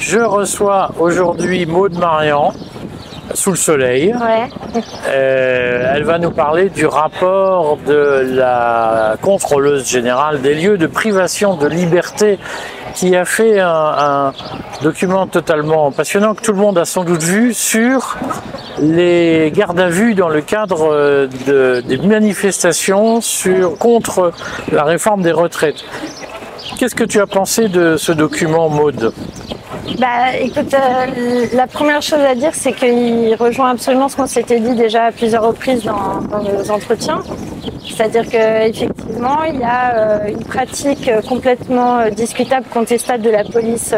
Je reçois aujourd'hui Maud Marian, sous le soleil. Ouais. Elle va nous parler du rapport de la contrôleuse générale des lieux de privation de liberté qui a fait un document totalement passionnant que tout le monde a sans doute vu sur les gardes à vue dans le cadre des manifestations contre la réforme des retraites. Qu'est-ce que tu as pensé de ce document, Maud ? Écoute, la première chose à dire, c'est qu'il rejoint absolument ce qu'on s'était dit déjà à plusieurs reprises dans nos entretiens. C'est-à-dire qu'effectivement, il y a une pratique complètement discutable, contestable de la police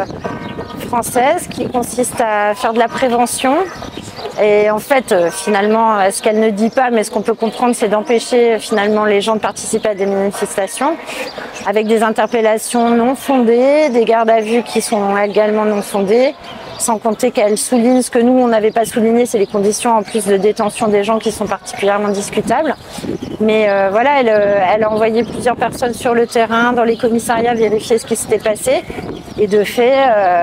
française qui consiste à faire de la prévention. Et en fait, finalement, ce qu'elle ne dit pas, mais ce qu'on peut comprendre, c'est d'empêcher finalement les gens de participer à des manifestations avec des interpellations non fondées, des gardes à vue qui sont également non fondées, sans compter qu'elle souligne ce que nous, on n'avait pas souligné, c'est les conditions en plus de détention des gens qui sont particulièrement discutables. Mais voilà, elle a envoyé plusieurs personnes sur le terrain, dans les commissariats, vérifier ce qui s'était passé. Et de fait,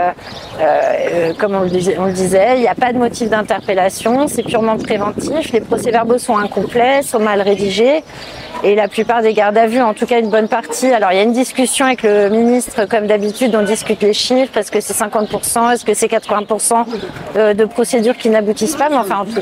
comme on le disait, il n'y a pas de motif d'interpellation, c'est purement préventif. Les procès-verbaux sont incomplets, sont mal rédigés. Et la plupart des gardes à vue, en tout cas une bonne partie, alors il y a une discussion avec le ministre, comme d'habitude, on discute les chiffres, est-ce que c'est 50%, est-ce que c'est 80% de procédures qui n'aboutissent pas, mais enfin en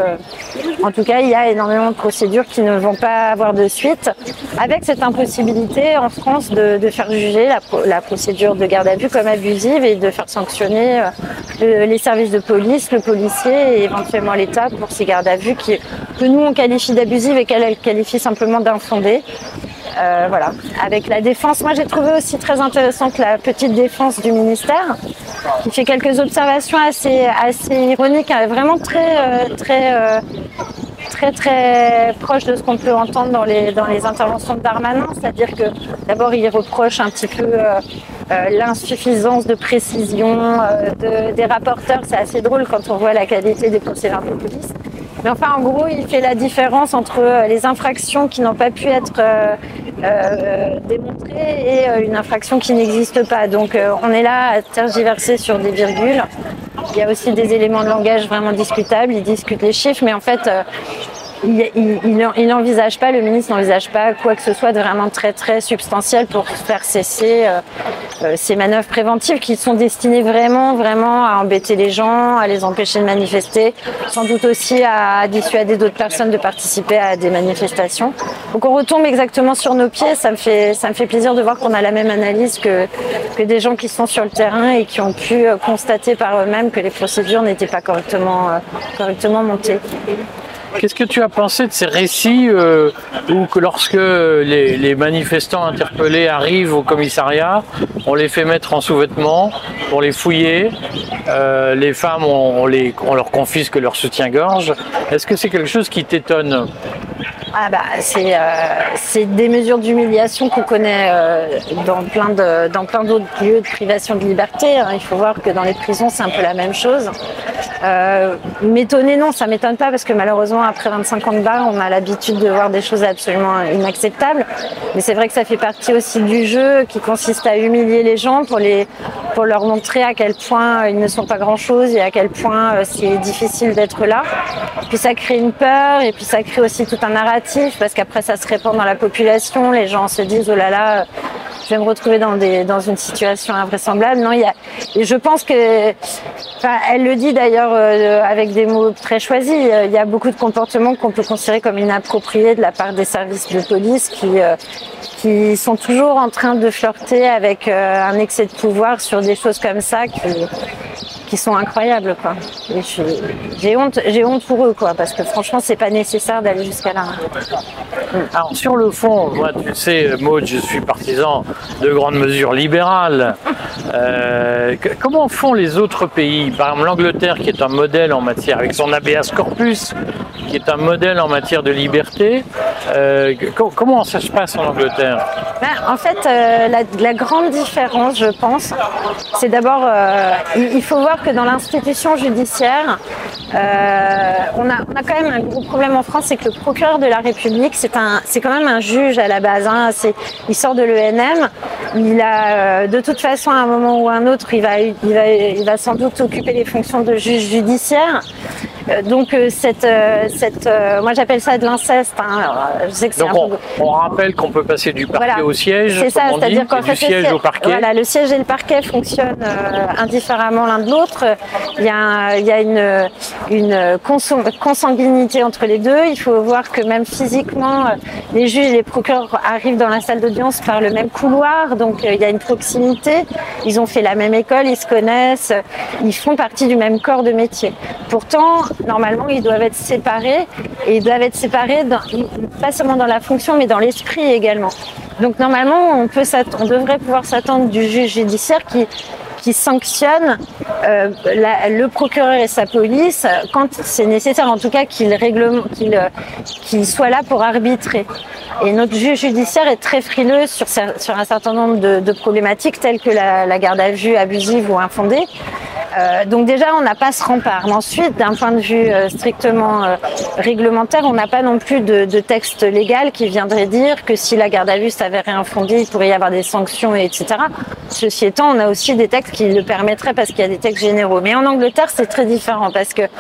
tout cas, il y a énormément de procédures qui ne vont pas avoir de suite, avec cette impossibilité en France de faire juger la procédure de garde à vue comme abusive et de faire sanctionner les services de police, le policier et éventuellement l'État pour ces gardes à vue que nous on qualifie d'abusives et qu'elle qualifie simplement d'infondées. Voilà. Avec la défense, moi j'ai trouvé aussi très intéressante la petite défense du ministère qui fait quelques observations assez ironiques, vraiment très proche de ce qu'on peut entendre dans les interventions de Darmanin, c'est-à-dire que d'abord il reproche un petit peu l'insuffisance de précision des rapporteurs. C'est assez drôle quand on voit la qualité des procès-verbaux de police. Mais enfin, en gros, il fait la différence entre les infractions qui n'ont pas pu être démontrées et une infraction qui n'existe pas. Donc, on est là à tergiverser sur des virgules. Il y a aussi des éléments de langage vraiment discutables. Il discute les chiffres, mais en fait, il n'envisage pas, le ministre n'envisage pas quoi que ce soit de vraiment très substantiel pour faire cesser ces manœuvres préventives qui sont destinées vraiment à embêter les gens, à les empêcher de manifester, sans doute aussi à dissuader d'autres personnes de participer à des manifestations. Donc on retombe exactement sur nos pieds. Ça me fait plaisir de voir qu'on a la même analyse que des gens qui sont sur le terrain et qui ont pu constater par eux-mêmes que les procédures n'étaient pas correctement montées. Qu'est-ce que tu as pensé de ces récits où que lorsque les manifestants interpellés arrivent au commissariat, on les fait mettre en sous-vêtements pour les fouiller, les femmes, on leur confisque leur soutien-gorge. Est-ce que c'est quelque chose qui t'étonne ? C'est des mesures d'humiliation qu'on connaît dans plein d'autres lieux de privation de liberté. Il faut voir que dans les prisons, c'est un peu la même chose. M'étonner, non, ça m'étonne pas parce que malheureusement, après 25 ans de bar, on a l'habitude de voir des choses absolument inacceptables. Mais c'est vrai que ça fait partie aussi du jeu qui consiste à humilier les gens pour leur montrer à quel point ils ne sont pas grand-chose et à quel point c'est difficile d'être là. Puis ça crée une peur et puis ça crée aussi tout un narratif parce qu'après ça se répand dans la population, les gens se disent oh là là, je vais me retrouver dans une situation invraisemblable. Non, et je pense que, elle le dit d'ailleurs avec des mots très choisis, il y a beaucoup de comportements qu'on peut considérer comme inappropriés de la part des services de police qui sont toujours en train de flirter avec un excès de pouvoir sur des choses comme ça qui sont incroyables, quoi. Et j'ai honte pour eux, quoi, parce que franchement, c'est pas nécessaire d'aller jusqu'à là. Alors, sur le fond, moi, tu sais, Maud, je suis partisan de grandes mesures libérales. Comment font les autres pays ? Par exemple, l'Angleterre, qui est un modèle en matière, avec son habeas corpus, qui est un modèle en matière de liberté. Comment ça se passe en Angleterre? En fait, la grande différence, je pense, c'est d'abord, il faut voir que dans l'institution judiciaire, on a quand même un gros problème en France, c'est que le procureur de la République, c'est quand même un juge à la base. Hein, il sort de l'ENM, il a de toute façon à un moment ou à un autre, il va sans doute occuper les fonctions de juge judiciaire. Donc moi j'appelle ça de l'inceste. Hein. Je sais que c'est on rappelle qu'on peut passer du parquet au siège. C'est ça, c'est-à-dire qu'en fait du siège au parquet. Voilà, le siège et le parquet fonctionnent indifféremment l'un de l'autre. Il y a une consanguinité entre les deux. Il faut voir que même physiquement, les juges et les procureurs arrivent dans la salle d'audience par le même couloir, donc il y a une proximité. Ils ont fait la même école, ils se connaissent, ils font partie du même corps de métier. Pourtant, normalement, ils doivent être séparés, et ils doivent être séparés pas seulement dans la fonction, mais dans l'esprit également. Donc normalement, on devrait pouvoir s'attendre du juge judiciaire qui sanctionne le procureur et sa police quand c'est nécessaire, en tout cas qu'il soit là pour arbitrer. Et notre juge judiciaire est très frileux sur un certain nombre de problématiques telles que la garde à vue abusive ou infondée. Donc déjà, on n'a pas ce rempart. Mais ensuite, d'un point de vue strictement réglementaire, on n'a pas non plus de texte légal qui viendrait dire que si la garde à vue s'avérait infondée, il pourrait y avoir des sanctions, etc. Ceci étant, on a aussi des textes qui le permettraient parce qu'il y a des textes généraux. Mais en Angleterre, c'est très différent parce que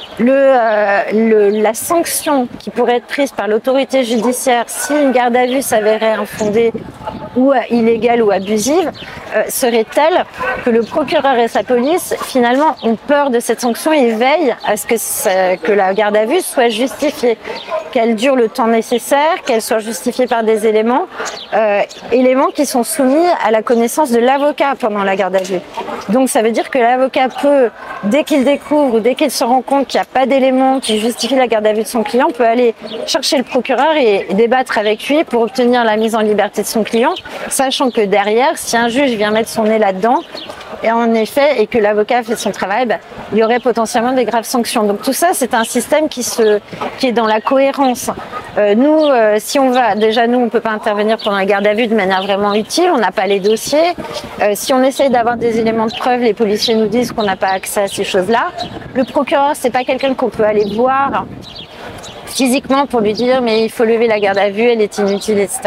la sanction qui pourrait être prise par l'autorité judiciaire si une garde à vue s'avérait infondée ou illégale ou abusive serait telle que le procureur et sa police finalement ont peur de cette sanction et veillent à ce que la garde à vue soit justifiée, qu'elle dure le temps nécessaire, qu'elle soit justifiée par des éléments qui sont soumis à la connaissance de l'avocat pendant la garde à vue. Donc ça veut dire que l'avocat peut, dès qu'il découvre ou dès qu'il se rend compte qu'il n'y a pas d'éléments qui justifient la garde à vue de son client, peut aller chercher le procureur et débattre avec lui pour obtenir la mise en liberté de son client, sachant que derrière, si un juge vient mettre son nez là-dedans, et en effet, et que l'avocat fait son travail, il y aurait potentiellement des graves sanctions. Donc tout ça, c'est un système qui est dans la cohérence. Si on va, déjà nous, on peut pas intervenir pendant la garde à vue de manière vraiment utile, on n'a pas les dossiers. Si on essaye d'avoir des éléments de preuve, les policiers nous disent qu'on n'a pas accès à ces choses-là. Le procureur, c'est pas quelqu'un qu'on peut aller voir physiquement pour lui dire mais il faut lever la garde à vue, elle est inutile, etc.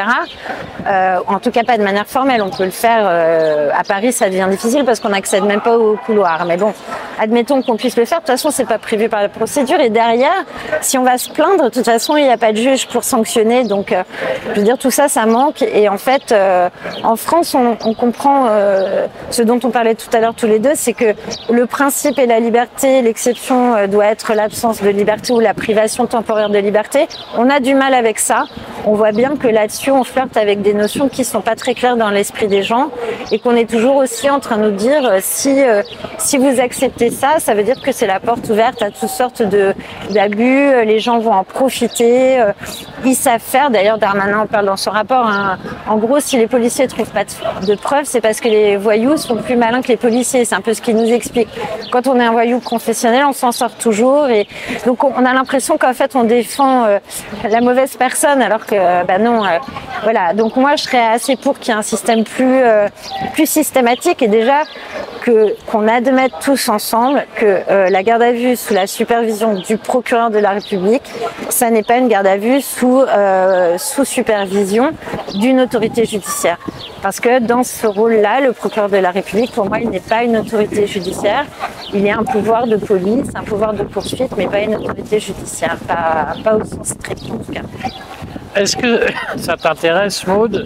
En tout cas pas de manière formelle, on peut le faire à Paris, ça devient difficile parce qu'on n'accède même pas au couloir. Mais bon, admettons qu'on puisse le faire, de toute façon c'est pas prévu par la procédure et derrière, si on va se plaindre, de toute façon il n'y a pas de juge pour sanctionner, donc je veux dire tout ça manque et en fait en France on comprend ce dont on parlait tout à l'heure tous les deux, c'est que le principe est la liberté, l'exception doit être l'absence de liberté ou la privation temporaire de liberté. On a du mal avec ça. On voit bien que là-dessus, on flirte avec des notions qui sont pas très claires dans l'esprit des gens et qu'on est toujours aussi en train de nous dire si vous acceptez ça, ça veut dire que c'est la porte ouverte à toutes sortes d'abus. Les gens vont en profiter. Ils savent faire. D'ailleurs, Darmanin en parle dans son rapport. Hein. En gros, si les policiers trouvent pas de preuves, c'est parce que les voyous sont plus malins que les policiers. C'est un peu ce qu'il nous explique. Quand on est un voyou professionnel, on s'en sort toujours et donc on a l'impression qu'en fait on défend la mauvaise personne alors que non voilà, donc moi je serais assez pour qu'il y ait un système plus systématique et déjà qu'on admette tous ensemble que la garde à vue sous la supervision du procureur de la République, ça n'est pas une garde à vue sous supervision d'une autorité judiciaire. Parce que dans ce rôle-là, le procureur de la République, pour moi, il n'est pas une autorité judiciaire. Il est un pouvoir de police, un pouvoir de poursuite, mais pas une autorité judiciaire, pas au sens strict en tout cas. Est-ce que ça t'intéresse, Maude,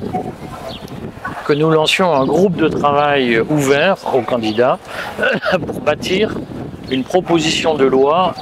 que nous lancions un groupe de travail ouvert aux candidats pour bâtir une proposition de loi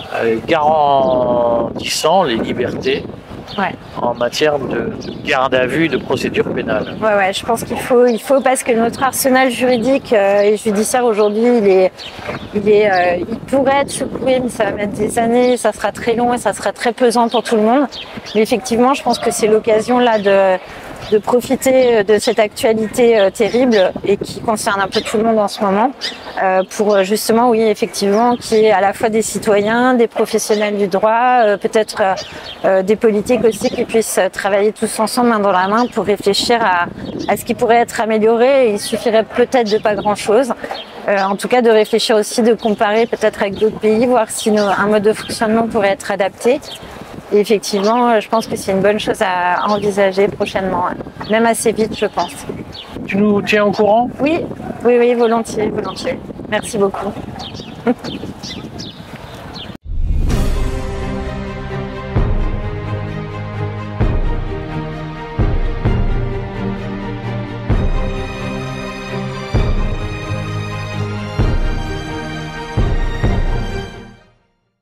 garantissant les libertés en matière de garde à vue, de procédure pénale? Ouais, je pense qu'il faut parce que notre arsenal juridique et judiciaire aujourd'hui, il pourrait être secouru, mais ça va mettre des années, ça sera très long et ça sera très pesant pour tout le monde. Mais effectivement, je pense que c'est l'occasion là de profiter de cette actualité terrible et qui concerne un peu tout le monde en ce moment, pour justement, oui, effectivement, qu'il y ait à la fois des citoyens, des professionnels du droit, peut-être des politiques aussi qui puissent travailler tous ensemble, main dans la main, pour réfléchir à ce qui pourrait être amélioré. Et il suffirait peut-être de pas grand-chose. En tout cas, de réfléchir aussi, de comparer peut-être avec d'autres pays, voir si un mode de fonctionnement pourrait être adapté. Et effectivement, je pense que c'est une bonne chose à envisager prochainement, même assez vite, je pense. Tu nous tiens au courant ? Oui, volontiers, volontiers. Merci beaucoup.